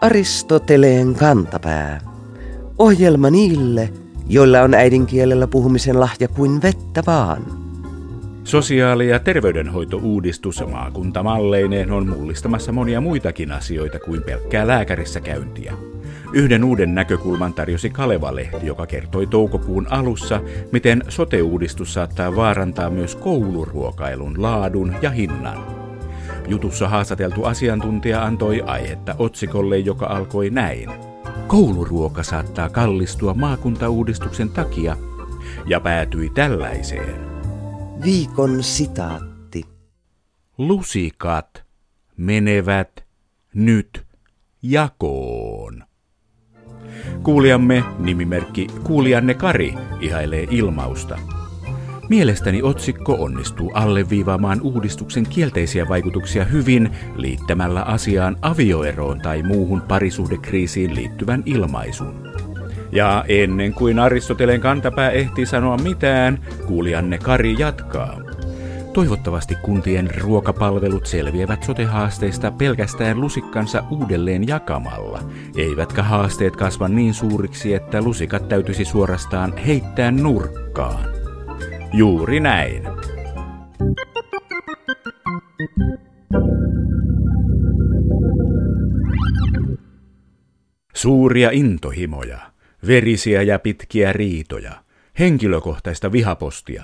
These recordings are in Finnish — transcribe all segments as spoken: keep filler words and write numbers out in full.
Aristoteleen kantapää. Ohjelma niille, joilla on äidinkielellä puhumisen lahja kuin vettä vaan. Sosiaali- ja terveydenhoitouudistus maakuntamalleineen on mullistamassa monia muitakin asioita kuin pelkkää lääkärissä käyntiä. Yhden uuden näkökulman tarjosi Kaleva-lehti, joka kertoi toukokuun alussa, miten sote-uudistus saattaa vaarantaa myös kouluruokailun laadun ja hinnan. Jutussa haastateltu asiantuntija antoi aihetta otsikolle, joka alkoi näin. Kouluruoka saattaa kallistua maakuntauudistuksen takia ja päätyi tällaiseen. Viikon sitaatti. Lusikat menevät nyt jakoon. Kuulijamme, nimimerkki Kuulijanne Kari, ihailee ilmausta. Mielestäni otsikko onnistuu alleviivaamaan uudistuksen kielteisiä vaikutuksia hyvin liittämällä asiaan avioeroon tai muuhun parisuhdekriisiin liittyvän ilmaisun. Ja ennen kuin Aristoteleen kantapää ehtii sanoa mitään, Kuulijanne Kari jatkaa. Toivottavasti kuntien ruokapalvelut selviävät sote-haasteista pelkästään lusikkansa uudelleen jakamalla, eivätkä haasteet kasva niin suuriksi, että lusikat täytyisi suorastaan heittää nurkkaan. Juuri näin. Suuria intohimoja, verisiä ja pitkiä riitoja, henkilökohtaista vihapostia.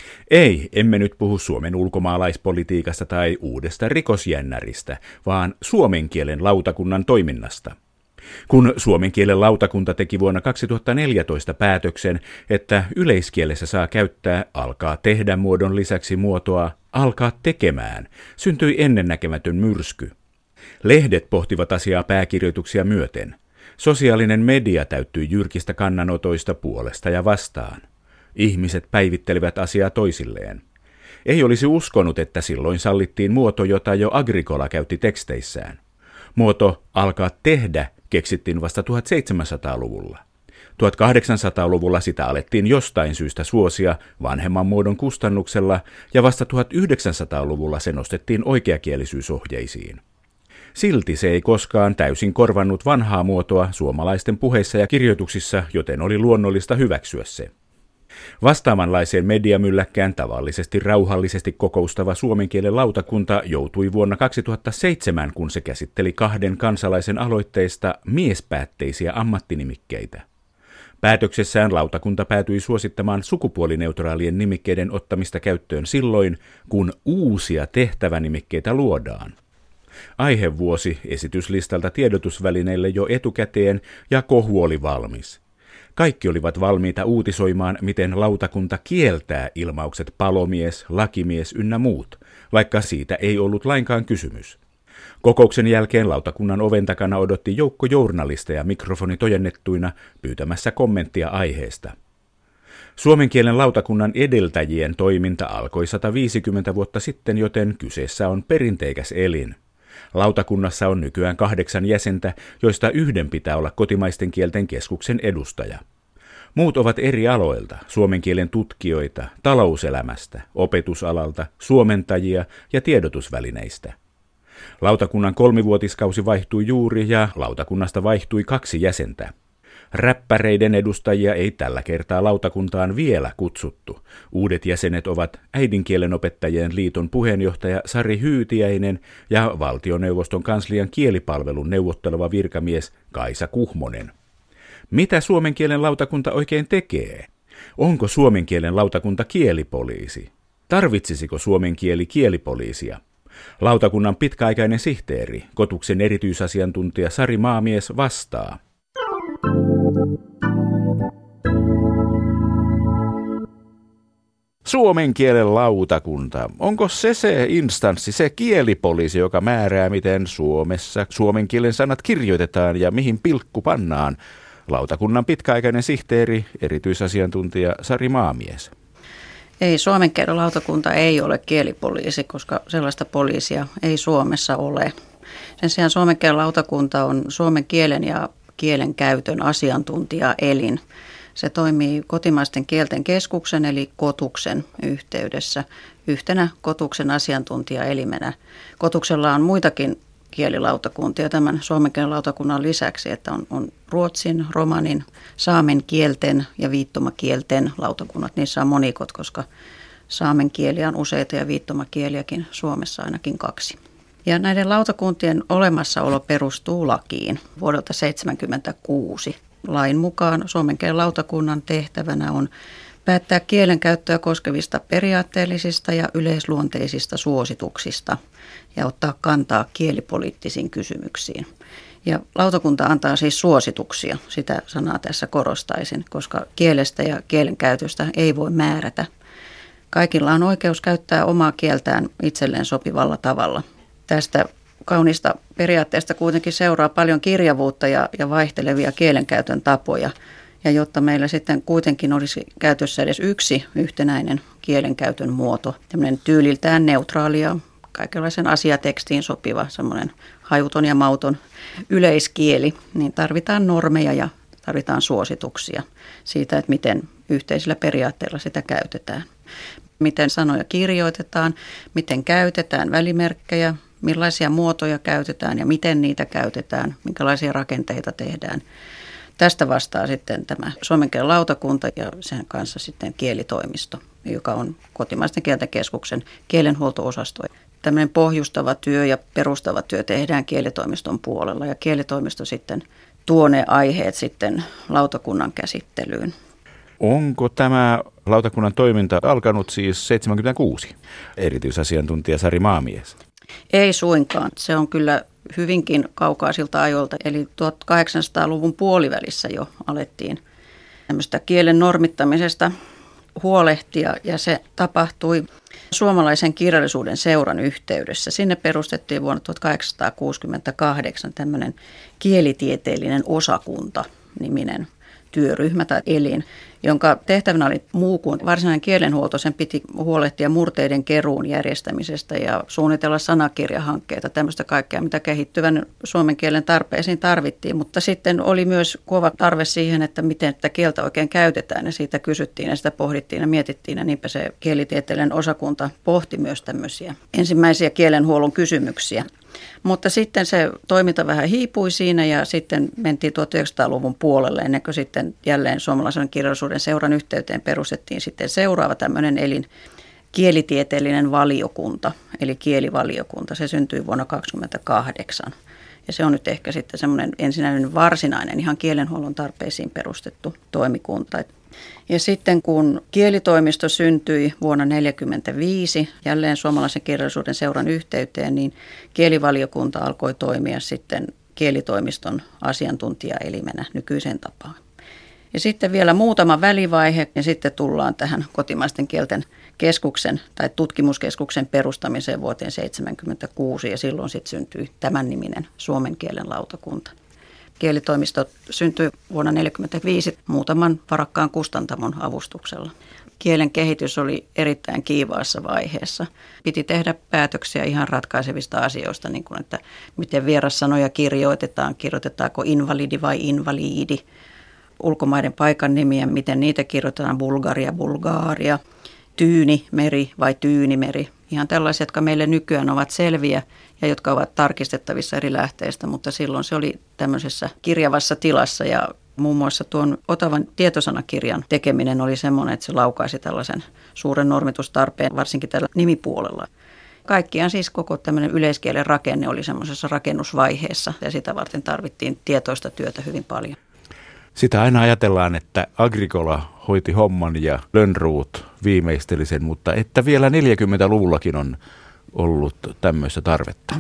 Ei, emme nyt puhu Suomen ulkomaalaispolitiikasta tai uudesta rikosjännäristä, vaan suomen kielen lautakunnan toiminnasta. Kun suomen kielen lautakunta teki vuonna kaksituhattaneljätoista päätöksen, että yleiskielessä saa käyttää alkaa tehdä muodon lisäksi muotoa alkaa tekemään, syntyi ennennäkemätön myrsky. Lehdet pohtivat asiaa pääkirjoituksia myöten. Sosiaalinen media täyttyi jyrkistä kannanotoista puolesta ja vastaan. Ihmiset päivittelivät asiaa toisilleen. Ei olisi uskonut, että silloin sallittiin muoto, jota jo Agricola käytti teksteissään. Muoto alkaa tehdä keksittiin vasta tuhatseitsemänsataaluvulla. tuhatkahdeksansataaluvulla sitä alettiin jostain syystä suosia vanhemman muodon kustannuksella ja vasta tuhatyhdeksänsataaluvulla se nostettiin oikeakielisyysohjeisiin. Silti se ei koskaan täysin korvannut vanhaa muotoa suomalaisten puheissa ja kirjoituksissa, joten oli luonnollista hyväksyä se. Vastaavanlaiseen mediamylläkkään tavallisesti rauhallisesti kokoustava suomen kielen lautakunta joutui vuonna kaksituhattaseitsemän, kun se käsitteli kahden kansalaisen aloitteista miespäätteisiä ammattinimikkeitä. Päätöksessään lautakunta päätyi suosittamaan sukupuolineutraalien nimikkeiden ottamista käyttöön silloin, kun uusia tehtävänimikkeitä luodaan. Aihevuosi esityslistalta tiedotusvälineille jo etukäteen ja kohu oli valmis. Kaikki olivat valmiita uutisoimaan, miten lautakunta kieltää ilmaukset palomies, lakimies ynnä muut, vaikka siitä ei ollut lainkaan kysymys. Kokouksen jälkeen lautakunnan oven takana odotti joukko journalisteja mikrofoni tojennettuina pyytämässä kommenttia aiheesta. Suomen kielen lautakunnan edeltäjien toiminta alkoi sataviisikymmentä vuotta sitten, joten kyseessä on perinteikäs elin. Lautakunnassa on nykyään kahdeksan jäsentä, joista yhden pitää olla kotimaisten kielten keskuksen edustaja. Muut ovat eri aloilta, suomen kielen tutkijoita, talouselämästä, opetusalalta, suomentajia ja tiedotusvälineistä. Lautakunnan kolmivuotiskausi vaihtui juuri ja lautakunnasta vaihtui kaksi jäsentä. Räppäreiden edustajia ei tällä kertaa lautakuntaan vielä kutsuttu. Uudet jäsenet ovat äidinkielenopettajien liiton puheenjohtaja Sari Hyytiäinen ja valtioneuvoston kanslian kielipalvelun neuvotteleva virkamies Kaisa Kuhmonen. Mitä suomen kielen lautakunta oikein tekee? Onko suomen kielen lautakunta kielipoliisi? Tarvitsisiko suomen kieli kielipoliisia? Lautakunnan pitkäaikainen sihteeri, Kotuksen erityisasiantuntija Sari Maamies vastaa. Suomen kielen lautakunta, onko se se instanssi, se kielipoliisi, joka määrää, miten Suomessa suomen kielen sanat kirjoitetaan ja mihin pilkku pannaan? Lautakunnan pitkäaikainen sihteeri, erityisasiantuntija Sari Maamies. Ei, suomen kielen lautakunta ei ole kielipoliisi, koska sellaista poliisia ei Suomessa ole. Sen sijaan suomen kielen lautakunta on suomen kielen ja kielen käytön asiantuntijaelin. Se toimii kotimaisten kielten keskuksen eli Kotuksen yhteydessä yhtenä Kotuksen asiantuntijaelimenä. Kotuksella on muitakin kielilautakuntia tämän suomen kielen lautakunnan lisäksi, että on, on ruotsin, romanin, saamen kielten ja viittomakielten lautakunnat. Niissä on monikot, koska saamen kieliä on useita ja viittomakieliäkin Suomessa ainakin kaksi. Ja näiden lautakuntien olemassaolo perustuu lakiin vuodelta seitsemänkymmentäkuusi. Lain mukaan suomen kielen lautakunnan tehtävänä on päättää kielenkäyttöä koskevista periaatteellisista ja yleisluonteisista suosituksista ja ottaa kantaa kielipoliittisiin kysymyksiin. Ja lautakunta antaa siis suosituksia, sitä sanaa tässä korostaisin, koska kielestä ja kielenkäytöstä ei voi määrätä. Kaikilla on oikeus käyttää omaa kieltään itselleen sopivalla tavalla. Tästä kaunista periaatteesta kuitenkin seuraa paljon kirjavuutta ja, ja vaihtelevia kielenkäytön tapoja. Ja jotta meillä sitten kuitenkin olisi käytössä edes yksi yhtenäinen kielenkäytön muoto, tämmöinen tyyliltään neutraali ja kaikenlaisen asiatekstiin sopiva, semmoinen hajuton ja mauton yleiskieli, niin tarvitaan normeja ja tarvitaan suosituksia siitä, että miten yhteisillä periaatteilla sitä käytetään. Miten sanoja kirjoitetaan, miten käytetään välimerkkejä, millaisia muotoja käytetään ja miten niitä käytetään, minkälaisia rakenteita tehdään. Tästä vastaa sitten tämä suomen kielen lautakunta ja sen kanssa sitten kielitoimisto, joka on Kotimaisten kielten keskuksen kielenhuolto-osasto. Tämmöinen pohjustava työ ja perustava työ tehdään kielitoimiston puolella ja kielitoimisto sitten tuo ne aiheet sitten lautakunnan käsittelyyn. Onko tämä lautakunnan toiminta alkanut siis seitsemänkymmentäkuusi? Erityisasiantuntija Sari Maamies. Ei suinkaan. Se on kyllä hyvinkin kaukaisilta ajoilta, eli tuhatkahdeksansataaluvun puolivälissä jo alettiin tämmöistä kielen normittamisesta huolehtia, ja se tapahtui suomalaisen kirjallisuuden seuran yhteydessä. Sinne perustettiin vuonna tuhatkahdeksansataakuusikymmentäkahdeksan tämmöinen kielitieteellinen osakunta-niminen työryhmä tai elin, jonka tehtävänä oli muu kuin varsinainen kielenhuolto. Sen piti huolehtia murteiden keruun järjestämisestä ja suunnitella sanakirjahankkeita, tämmöistä kaikkea, mitä kehittyvän suomen kielen tarpeisiin tarvittiin. Mutta sitten oli myös kova tarve siihen, että miten tätä kieltä oikein käytetään, ja siitä kysyttiin ja sitä pohdittiin ja mietittiin, ja niinpä se kielitieteellinen osakunta pohti myös tämmöisiä ensimmäisiä kielenhuollon kysymyksiä. Mutta sitten se toiminta vähän hiipui siinä ja sitten mentiin tuhatyhdeksänsataaluvun puolelle, ennen kuin sitten jälleen suomalaisen kirjallisuuden seuran yhteyteen perustettiin sitten seuraava tämmöinen elin, kielitieteellinen valiokunta, eli kielivaliokunta. Se syntyi vuonna tuhatyhdeksänsataakaksikymmentäkahdeksan ja se on nyt ehkä sitten semmoinen ensinnäinen varsinainen ihan kielenhuollon tarpeisiin perustettu toimikunta. Ja sitten kun kielitoimisto syntyi vuonna tuhatyhdeksänsataaneljäkymmentäviisi jälleen suomalaisen kirjallisuuden seuran yhteyteen, niin kielivaliokunta alkoi toimia sitten kielitoimiston asiantuntijaelimenä nykyiseen tapaan. Ja sitten vielä muutama välivaihe ja sitten tullaan tähän Kotimaisten kielten keskuksen tai tutkimuskeskuksen perustamiseen vuoteen seitsemänkymmentäkuusi ja silloin sitten syntyi tämän niminen suomen kielen lautakunta. Kielitoimisto syntyi vuonna tuhatyhdeksänsataaneljäkymmentäviisi muutaman varakkaan kustantamon avustuksella. Kielen kehitys oli erittäin kiivaassa vaiheessa. Piti tehdä päätöksiä ihan ratkaisevista asioista, niin kuin että miten vierassanoja kirjoitetaan, kirjoitetaanko invalidi vai invaliidi, ulkomaiden paikan nimiä, miten niitä kirjoitetaan, Bulgaria, Bulgaaria, tyyni, meri vai tyynimeri. Ihan tällaisia, jotka meille nykyään ovat selviä ja jotka ovat tarkistettavissa eri lähteistä, mutta silloin se oli tämmöisessä kirjavassa tilassa ja muun muassa tuon Otavan tietosanakirjan tekeminen oli semmoinen, että se laukaisi tällaisen suuren normitustarpeen, varsinkin tällä nimipuolella. Kaikkiaan siis koko tämmöinen yleiskielen rakenne oli semmoisessa rakennusvaiheessa ja sitä varten tarvittiin tietoista työtä hyvin paljon. Sitä aina ajatellaan, että Agricola hoiti homman ja Lönnroth viimeisteli sen, mutta että vielä neljäkymmentäluvullakin on ollut tämmöistä tarvetta.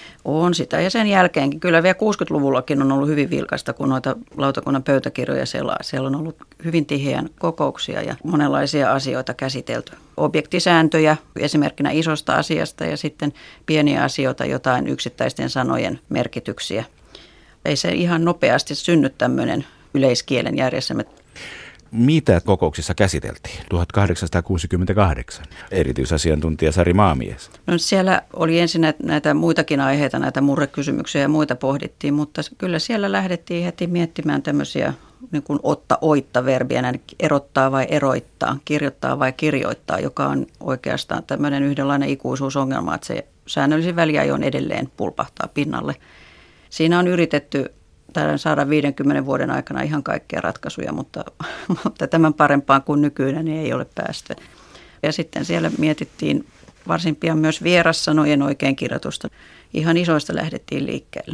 On sitä ja sen jälkeenkin. Kyllä vielä kuusikymmentäluvullakin on ollut hyvin vilkasta, kun noita lautakunnan pöytäkirjoja selaa. Siellä on ollut hyvin tiheän kokouksia ja monenlaisia asioita käsitelty. Objektisääntöjä esimerkkinä isosta asiasta ja sitten pieniä asioita, jotain yksittäisten sanojen merkityksiä. Ei se ihan nopeasti synny tämmöinen yleiskielen järjestelmä. Mitä kokouksissa käsiteltiin tuhatkahdeksansataakuusikymmentäkahdeksan? Erityisasiantuntija Sari Maamies. No siellä oli ensin näitä muitakin aiheita, näitä murrekysymyksiä ja muita pohdittiin, mutta kyllä siellä lähdettiin heti miettimään tämmöisiä niin kuin otta oitta verbiä, erottaa vai eroittaa, kirjoittaa vai kirjoittaa, joka on oikeastaan tämmöinen yhdenlainen ikuisuusongelma, että se säännöllisin väliajoin edelleen pulpahtaa pinnalle. Siinä on yritetty saada viidenkymmenen vuoden aikana ihan kaikkia ratkaisuja, mutta, mutta tämän parempaan kuin nykyinen niin ei ole päästy. Ja sitten siellä mietittiin varsin pian myös vierassanojen oikein kirjoitusta. Ihan isoista lähdettiin liikkeelle.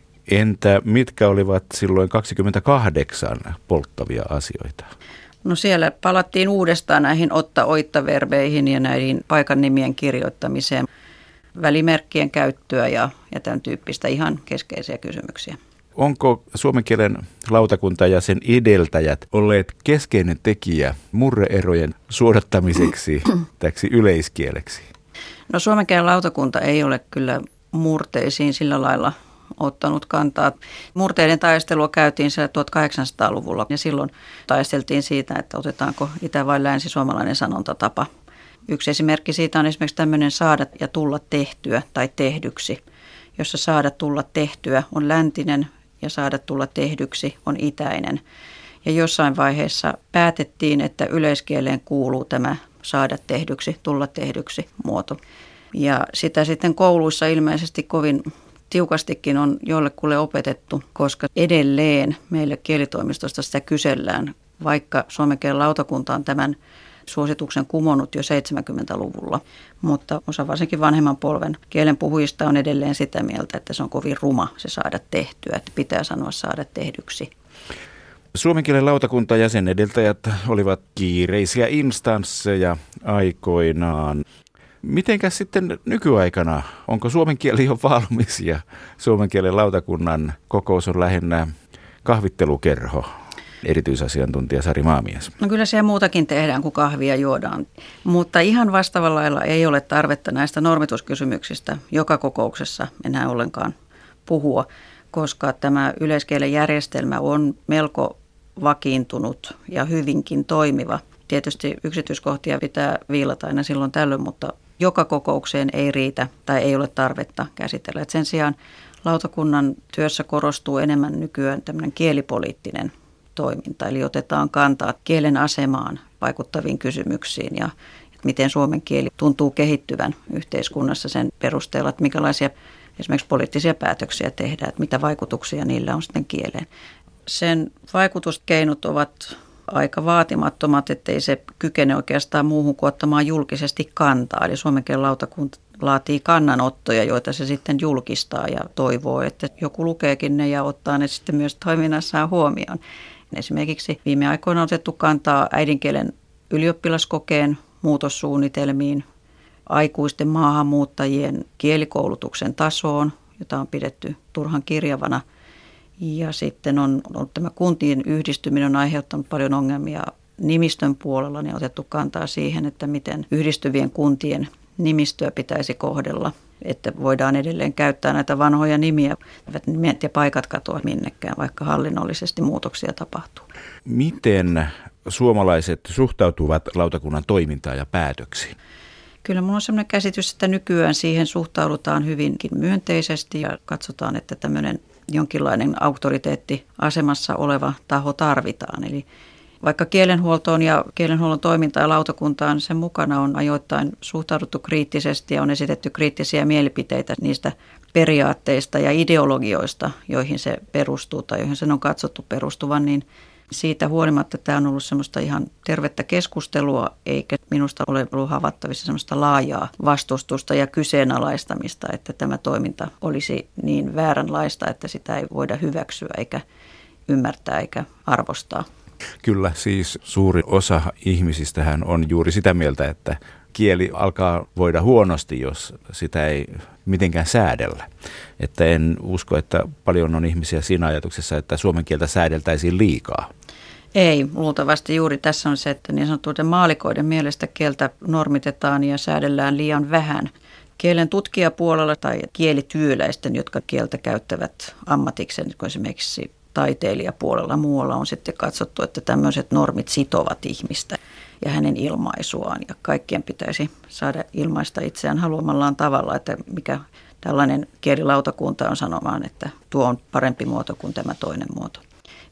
Entä mitkä olivat silloin kaksikymmentäkahdeksan polttavia asioita? No siellä palattiin uudestaan näihin otta-oitta-verbeihin ja näihin paikan nimien kirjoittamiseen, välimerkkien käyttöä ja, ja tämän tyyppistä ihan keskeisiä kysymyksiä. Onko suomen kielen lautakunta ja sen edeltäjät olleet keskeinen tekijä murre-erojen suodattamiseksi täksi yleiskieleksi? No suomen kielen lautakunta ei ole kyllä murteisiin sillä lailla ottanut kantaa. Murteiden taistelua käytiin siellä tuhatkahdeksansataaluvulla ja silloin taisteltiin siitä, että otetaanko itä- vai länsi-suomalainen sanontatapa. Yksi esimerkki siitä on esimerkiksi tämmöinen saada ja tulla tehtyä tai tehdyksi, jossa saada tulla tehtyä on läntinen ja saada tulla tehdyksi on itäinen. Ja jossain vaiheessa päätettiin, että yleiskieleen kuuluu tämä saada tehdyksi, tulla tehdyksi muoto. Ja sitä sitten kouluissa ilmeisesti kovin tiukastikin on jollekulle opetettu, koska edelleen meille kielitoimistosta sitä kysellään, vaikka suomen kielen lautakunta on tämän suosituksen kumonnut jo seitsemänkymmentäluvulla. Mutta osa varsinkin vanhemman polven kielenpuhujista on edelleen sitä mieltä, että se on kovin ruma se saada tehtyä, että pitää sanoa saada tehdyksi. Suomen kielen lautakunta ja sen edeltäjät olivat kiireisiä instansseja aikoinaan. Mitenkäs sitten nykyaikana? Onko suomen kieli jo valmis ja suomen kielen lautakunnan kokous on lähinnä kahvittelukerho? Erityisasiantuntija Sari Maamies. No kyllä siellä muutakin tehdään kuin kahvia juodaan, mutta ihan vastaavalla lailla ei ole tarvetta näistä normituskysymyksistä joka kokouksessa enää ollenkaan puhua, koska tämä yleiskielen järjestelmä on melko vakiintunut ja hyvinkin toimiva. Tietysti yksityiskohtia pitää viilata aina silloin tällöin, mutta joka kokoukseen ei riitä tai ei ole tarvetta käsitellä. Et sen sijaan lautakunnan työssä korostuu enemmän nykyään tämmöinen kielipoliittinen toiminta, eli otetaan kantaa kielen asemaan vaikuttaviin kysymyksiin ja miten suomen kieli tuntuu kehittyvän yhteiskunnassa sen perusteella, että minkälaisia esimerkiksi poliittisia päätöksiä tehdään, että mitä vaikutuksia niillä on sitten kieleen. Sen vaikutuskeinot ovat aika vaatimattomat, ettei se kykene oikeastaan muuhun kuin ottamaan julkisesti kantaa. Eli suomen kielen lautakunta laatii kannanottoja, joita se sitten julkistaa ja toivoo, että joku lukeekin ne ja ottaa ne sitten myös toiminnassaan huomioon. Esimerkiksi viime aikoina on otettu kantaa äidinkielen ylioppilaskokeen muutossuunnitelmiin, aikuisten maahanmuuttajien kielikoulutuksen tasoon, jota on pidetty turhan kirjavana. Ja sitten on ollut tämä kuntien yhdistyminen on aiheuttanut paljon ongelmia nimistön puolella, niin on otettu kantaa siihen, että miten yhdistyvien kuntien nimistöä pitäisi kohdella, että voidaan edelleen käyttää näitä vanhoja nimiä, eivät nimet ja paikat katoa minnekään, vaikka hallinnollisesti muutoksia tapahtuu. Miten suomalaiset suhtautuvat lautakunnan toimintaan ja päätöksiin? Kyllä minulla on sellainen käsitys, että nykyään siihen suhtaudutaan hyvinkin myönteisesti ja katsotaan, että tämmöinen jonkinlainen auktoriteettiasemassa oleva taho tarvitaan. Eli vaikka kielenhuoltoon ja kielenhuollon toimintaan ja lautakuntaan sen mukana on ajoittain suhtauduttu kriittisesti ja on esitetty kriittisiä mielipiteitä niistä periaatteista ja ideologioista, joihin se perustuu tai joihin sen on katsottu perustuvan, niin siitä huolimatta tämä on ollut semmoista ihan tervettä keskustelua, eikä minusta ole ollut havaittavissa semmoista laajaa vastustusta ja kyseenalaistamista, että tämä toiminta olisi niin vääränlaista, että sitä ei voida hyväksyä eikä ymmärtää eikä arvostaa. Kyllä, siis suuri osa ihmisistähän on juuri sitä mieltä, että kieli alkaa voida huonosti, jos sitä ei mitenkään säädellä. Että en usko, että paljon on ihmisiä siinä ajatuksessa, että suomen kieltä säädeltäisiin liikaa. Ei, luultavasti juuri tässä on se, että niin sanottujen maalikoiden mielestä kieltä normitetaan ja säädellään liian vähän. Kielen tutkijapuolella tai kielityöläisten, jotka kieltä käyttävät ammatikseen, niin kuin esimerkiksi taiteilijapuolella muualla on sitten katsottu, että tämmöiset normit sitovat ihmistä ja hänen ilmaisuaan. Ja kaikkien pitäisi saada ilmaista itseään haluamallaan tavalla, että mikä tällainen kielilautakunta on sanomaan, että tuo on parempi muoto kuin tämä toinen muoto.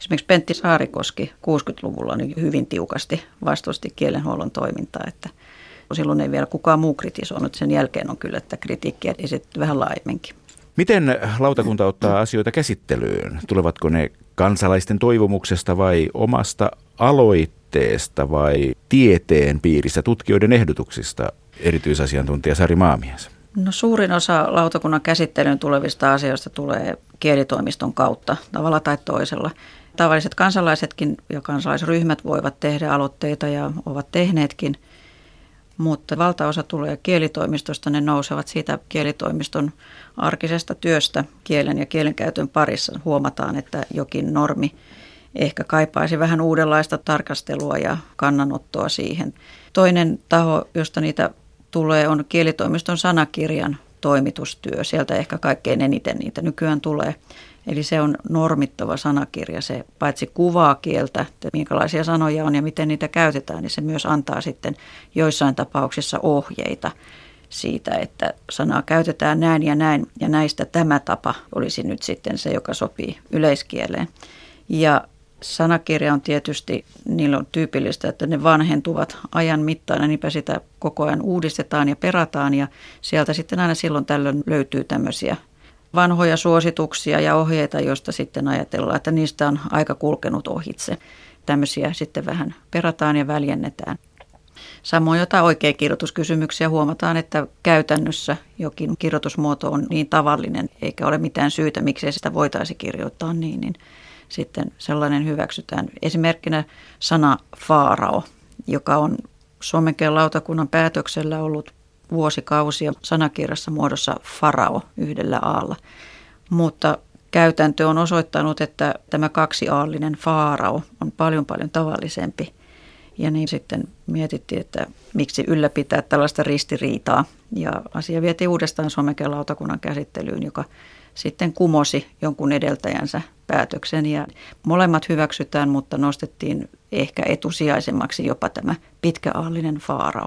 Esimerkiksi Pentti Saarikoski kuusikymmentäluvulla niin hyvin tiukasti vastusti kielenhuollon toimintaa, että silloin ei vielä kukaan muu kritisoinut. Sen jälkeen on kyllä, että kritiikkiä esitetty vähän laajemminkin. Miten lautakunta ottaa asioita käsittelyyn? Tulevatko ne kansalaisten toivomuksesta vai omasta aloitteesta vai tieteen piirissä tutkijoiden ehdotuksista, erityisasiantuntija Sari Maamies? No suurin osa lautakunnan käsittelyyn tulevista asioista tulee kielitoimiston kautta tavalla tai toisella. Tavalliset kansalaisetkin ja kansalaisryhmät voivat tehdä aloitteita ja ovat tehneetkin, mutta valtaosa tulee kielitoimistosta. Ne nousevat siitä kielitoimiston arkisesta työstä kielen ja kielenkäytön parissa. Huomataan, että jokin normi ehkä kaipaisi vähän uudenlaista tarkastelua ja kannanottoa siihen. Toinen taho, josta niitä tulee, on kielitoimiston sanakirjan toimitustyö. Sieltä ehkä kaikkein eniten niitä nykyään tulee. Eli se on normittava sanakirja. Se paitsi kuvaa kieltä, että minkälaisia sanoja on ja miten niitä käytetään, niin se myös antaa sitten joissain tapauksissa ohjeita siitä, että sanaa käytetään näin ja näin ja näistä tämä tapa olisi nyt sitten se, joka sopii yleiskieleen. Ja sanakirja on tietysti, niillä on tyypillistä, että ne vanhentuvat ajan mittaan ja niinpä sitä koko ajan uudistetaan ja perataan ja sieltä sitten aina silloin tällöin löytyy tämmöisiä vanhoja suosituksia ja ohjeita, joista sitten ajatellaan, että niistä on aika kulkenut ohitse. Tämmöisiä sitten vähän perataan ja väljennetään. Samoin jotain oikeakirjoituskysymyksiä huomataan, että käytännössä jokin kirjoitusmuoto on niin tavallinen, eikä ole mitään syytä, miksei sitä voitaisiin kirjoittaa niin, niin sitten sellainen hyväksytään. Esimerkkinä sana faarao, joka on suomen kielen lautakunnan päätöksellä ollut vuosikausia sanakirjassa muodossa farao yhdellä aalla. Mutta käytäntö on osoittanut, että tämä kaksiaallinen faarao on paljon paljon tavallisempi. Ja niin sitten mietittiin, että miksi ylläpitää tällaista ristiriitaa. Ja asia vietiin uudestaan suomen kielen lautakunnan käsittelyyn, joka sitten kumosi jonkun edeltäjänsä päätöksen. Ja molemmat hyväksytään, mutta nostettiin ehkä etusijaisemmaksi jopa tämä pitkäaallinen faarao.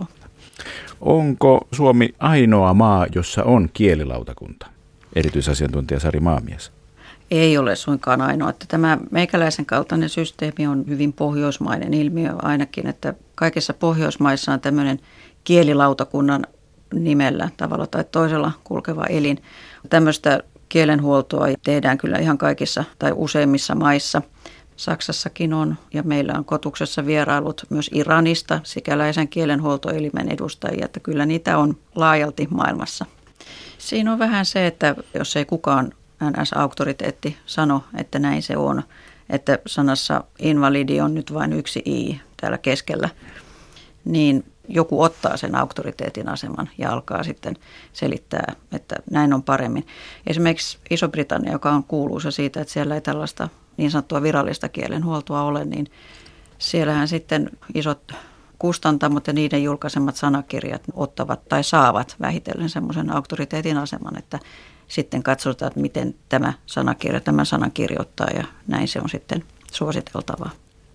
Onko Suomi ainoa maa, jossa on kielilautakunta? Erityisasiantuntija Sari Maamies. Ei ole suinkaan ainoa. Että tämä meikäläisen kaltainen systeemi on hyvin pohjoismainen ilmiö ainakin, että kaikissa Pohjoismaissa on tämmöinen kielilautakunnan nimellä tavalla tai toisella kulkeva elin. Tämmöistä kielenhuoltoa tehdään kyllä ihan kaikissa tai useimmissa maissa. Saksassakin on ja meillä on Kotuksessa vierailut myös Iranista sikäläisen kielenhuoltoelimen edustajia, että kyllä niitä on laajalti maailmassa. Siinä on vähän se, että jos ei kukaan N S-auktoriteetti sano, että näin se on, että sanassa invalidi on nyt vain yksi i täällä keskellä, niin joku ottaa sen auktoriteetin aseman ja alkaa sitten selittää, että näin on paremmin. Esimerkiksi Iso-Britannia, joka on kuuluisa siitä, että siellä ei tällaista niin sanottua virallista kielenhuoltoa ole, niin siellähän sitten isot kustantamot ja niiden julkaisemat sanakirjat ottavat tai saavat vähitellen semmoisen auktoriteetin aseman, että sitten katsotaan, että miten tämä sanakirja tämän sanan kirjoittaa ja näin se on sitten suositeltavaa.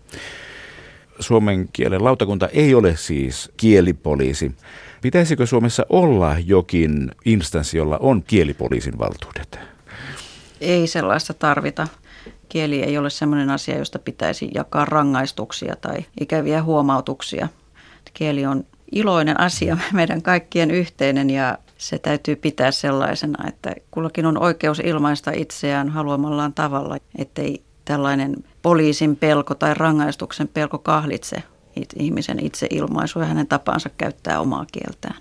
Suomen kielen lautakunta ei ole siis kielipoliisi. Pitäisikö Suomessa olla jokin instanssi, jolla on kielipoliisin valtuudet? Ei sellaista tarvita. Kieli ei ole sellainen asia, josta pitäisi jakaa rangaistuksia tai ikäviä huomautuksia. Kieli on iloinen asia, meidän kaikkien yhteinen ja se täytyy pitää sellaisena, että kullakin on oikeus ilmaista itseään haluamallaan tavalla, ettei tällainen poliisin pelko tai rangaistuksen pelko kahlitse ihmisen itseilmaisua ja hänen tapansa käyttää omaa kieltään.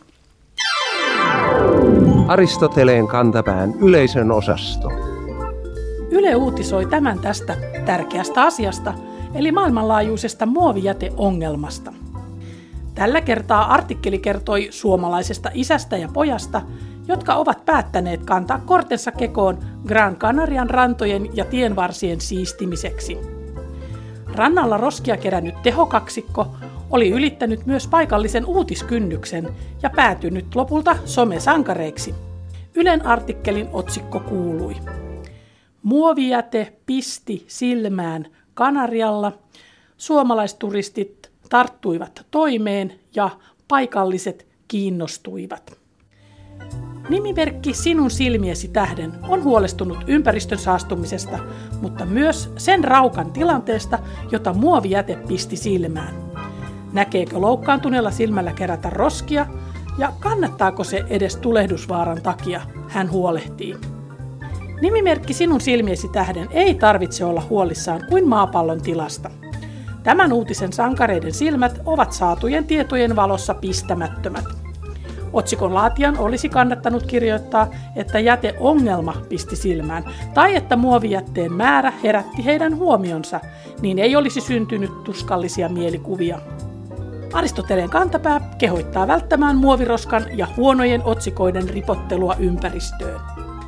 Aristoteleen kantapään yleisön osasto. Yle uutisoi tämän tästä tärkeästä asiasta, eli maailmanlaajuisesta muovijäteongelmasta. Tällä kertaa artikkeli kertoi suomalaisesta isästä ja pojasta, jotka ovat päättäneet kantaa kortensa kekoon Gran Canarian rantojen ja tienvarsien siistimiseksi. Rannalla roskia kerännyt tehokaksikko oli ylittänyt myös paikallisen uutiskynnyksen ja päätynyt lopulta somesankareiksi. Ylen artikkelin otsikko kuului: Muovijäte pisti silmään Kanarialla, suomalaisturistit tarttuivat toimeen ja paikalliset kiinnostuivat. Nimimerkki Sinun silmiesi tähden on huolestunut ympäristön saastumisesta, mutta myös sen raukan tilanteesta, jota muovijäte pisti silmään. Näkeekö loukkaantuneella silmällä kerätä roskia ja kannattaako se edes tulehdusvaaran takia, hän huolehtii. Nimimerkki Sinun silmiesi tähden ei tarvitse olla huolissaan kuin maapallon tilasta. Tämän uutisen sankareiden silmät ovat saatujen tietojen valossa pistämättömät. Otsikon laatijan olisi kannattanut kirjoittaa, että jäteongelma pisti silmään, tai että muovijätteen määrä herätti heidän huomionsa, niin ei olisi syntynyt tuskallisia mielikuvia. Aristoteleen kantapää kehoittaa välttämään muoviroskan ja huonojen otsikoiden ripottelua ympäristöön.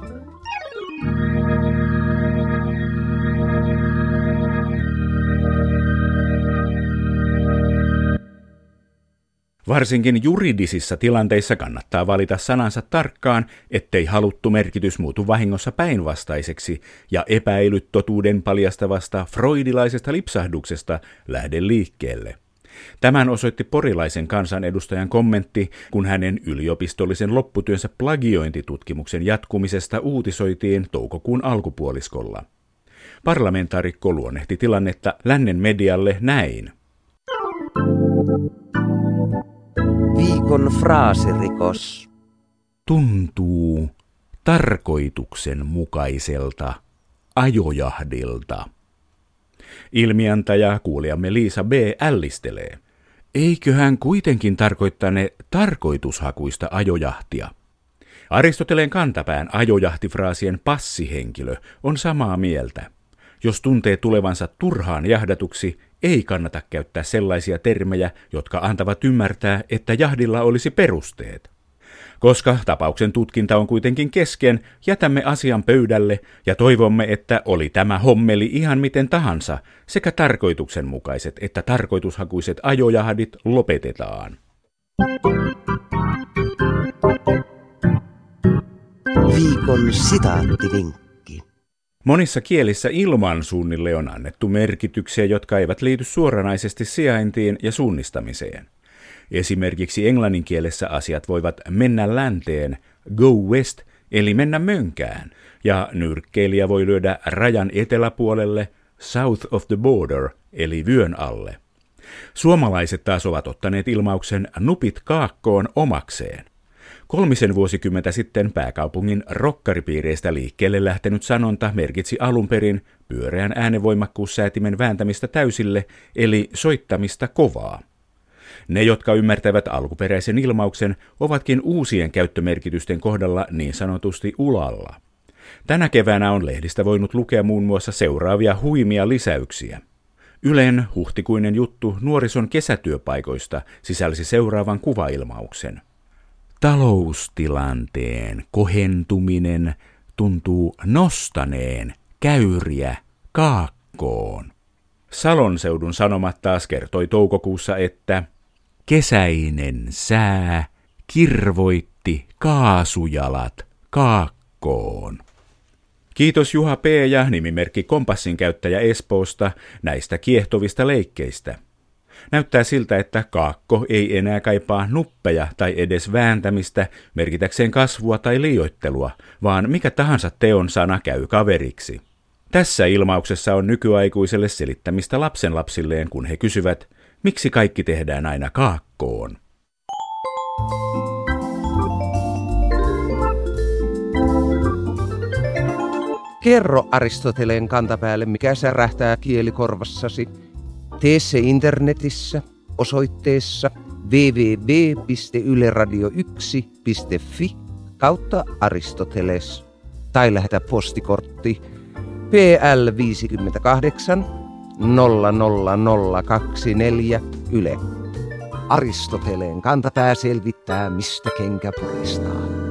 Varsinkin juridisissa tilanteissa kannattaa valita sanansa tarkkaan, ettei haluttu merkitys muutu vahingossa päinvastaiseksi ja epäilyt totuuden paljastavasta freudilaisesta lipsahduksesta lähde liikkeelle. Tämän osoitti porilaisen kansanedustajan kommentti, kun hänen yliopistollisen lopputyönsä plagiointitutkimuksen jatkumisesta uutisoitiin toukokuun alkupuoliskolla. Parlamentaarikko luonnehti tilannetta lännen medialle näin. Viikon fraasirikos. Tuntuu tarkoituksenmukaiselta ajojahdilta. Ilmiantaja kuulijamme Liisa B. ällistelee. Eiköhän kuitenkin tarkoittane tarkoitushakuista ajojahtia? Aristoteleen kantapään ajojahtifraasien passihenkilö on samaa mieltä. Jos tuntee tulevansa turhaan jahdatuksi, ei kannata käyttää sellaisia termejä, jotka antavat ymmärtää, että jahdilla olisi perusteet. Koska tapauksen tutkinta on kuitenkin kesken, jätämme asian pöydälle ja toivomme, että oli tämä hommeli ihan miten tahansa, sekä tarkoituksenmukaiset että tarkoitushakuiset ajojahdit lopetetaan. Viikon sitaattivinkki. Monissa kielissä ilmansuunnille on annettu merkityksiä, jotka eivät liity suoranaisesti sijaintiin ja suunnistamiseen. Esimerkiksi englannin kielessä asiat voivat mennä länteen, go west, eli mennä mönkään, ja nyrkkeilijä voi lyödä rajan eteläpuolelle, south of the border, eli vyön alle. Suomalaiset taas ovat ottaneet ilmauksen nupit kaakkoon omakseen. Kolmisen vuosikymmentä sitten pääkaupungin rokkaripiireistä liikkeelle lähtenyt sanonta merkitsi alun perin pyöreän äänenvoimakkuussäätimen vääntämistä täysille, eli soittamista kovaa. Ne, jotka ymmärtävät alkuperäisen ilmauksen, ovatkin uusien käyttömerkitysten kohdalla niin sanotusti ulalla. Tänä keväänä on lehdistä voinut lukea muun muassa seuraavia huimia lisäyksiä. Ylen huhtikuinen juttu nuorison kesätyöpaikoista sisälsi seuraavan kuvailmauksen. Taloustilanteen kohentuminen tuntuu nostaneen käyriä kaakkoon. Salon seudun Sanomat taas kertoi toukokuussa, että kesäinen sää kirvoitti kaasujalat kaakkoon. Kiitos Juha P. ja nimimerkki Kompassin käyttäjä Espoosta näistä kiehtovista leikkeistä. Näyttää siltä, että kaakko ei enää kaipaa nuppeja tai edes vääntämistä merkitäkseen kasvua tai liioittelua, vaan mikä tahansa teon sana käy kaveriksi. Tässä ilmauksessa on nykyaikuiselle selittämistä lapsenlapsilleen, kun he kysyvät, miksi kaikki tehdään aina kaakkoon. Kerro Aristoteleen kantapäälle, mikä särähtää kielikorvassasi. Tee se internetissä osoitteessa double-u double-u double-u piste yle radio yksi piste fi kautta Aristoteles tai lähetä postikortti P L viisikymmentäkahdeksan nolla nolla nolla kaksikymmentäneljä Yle. Aristoteleen kantapää selvittää, mistä kenkä puristaa.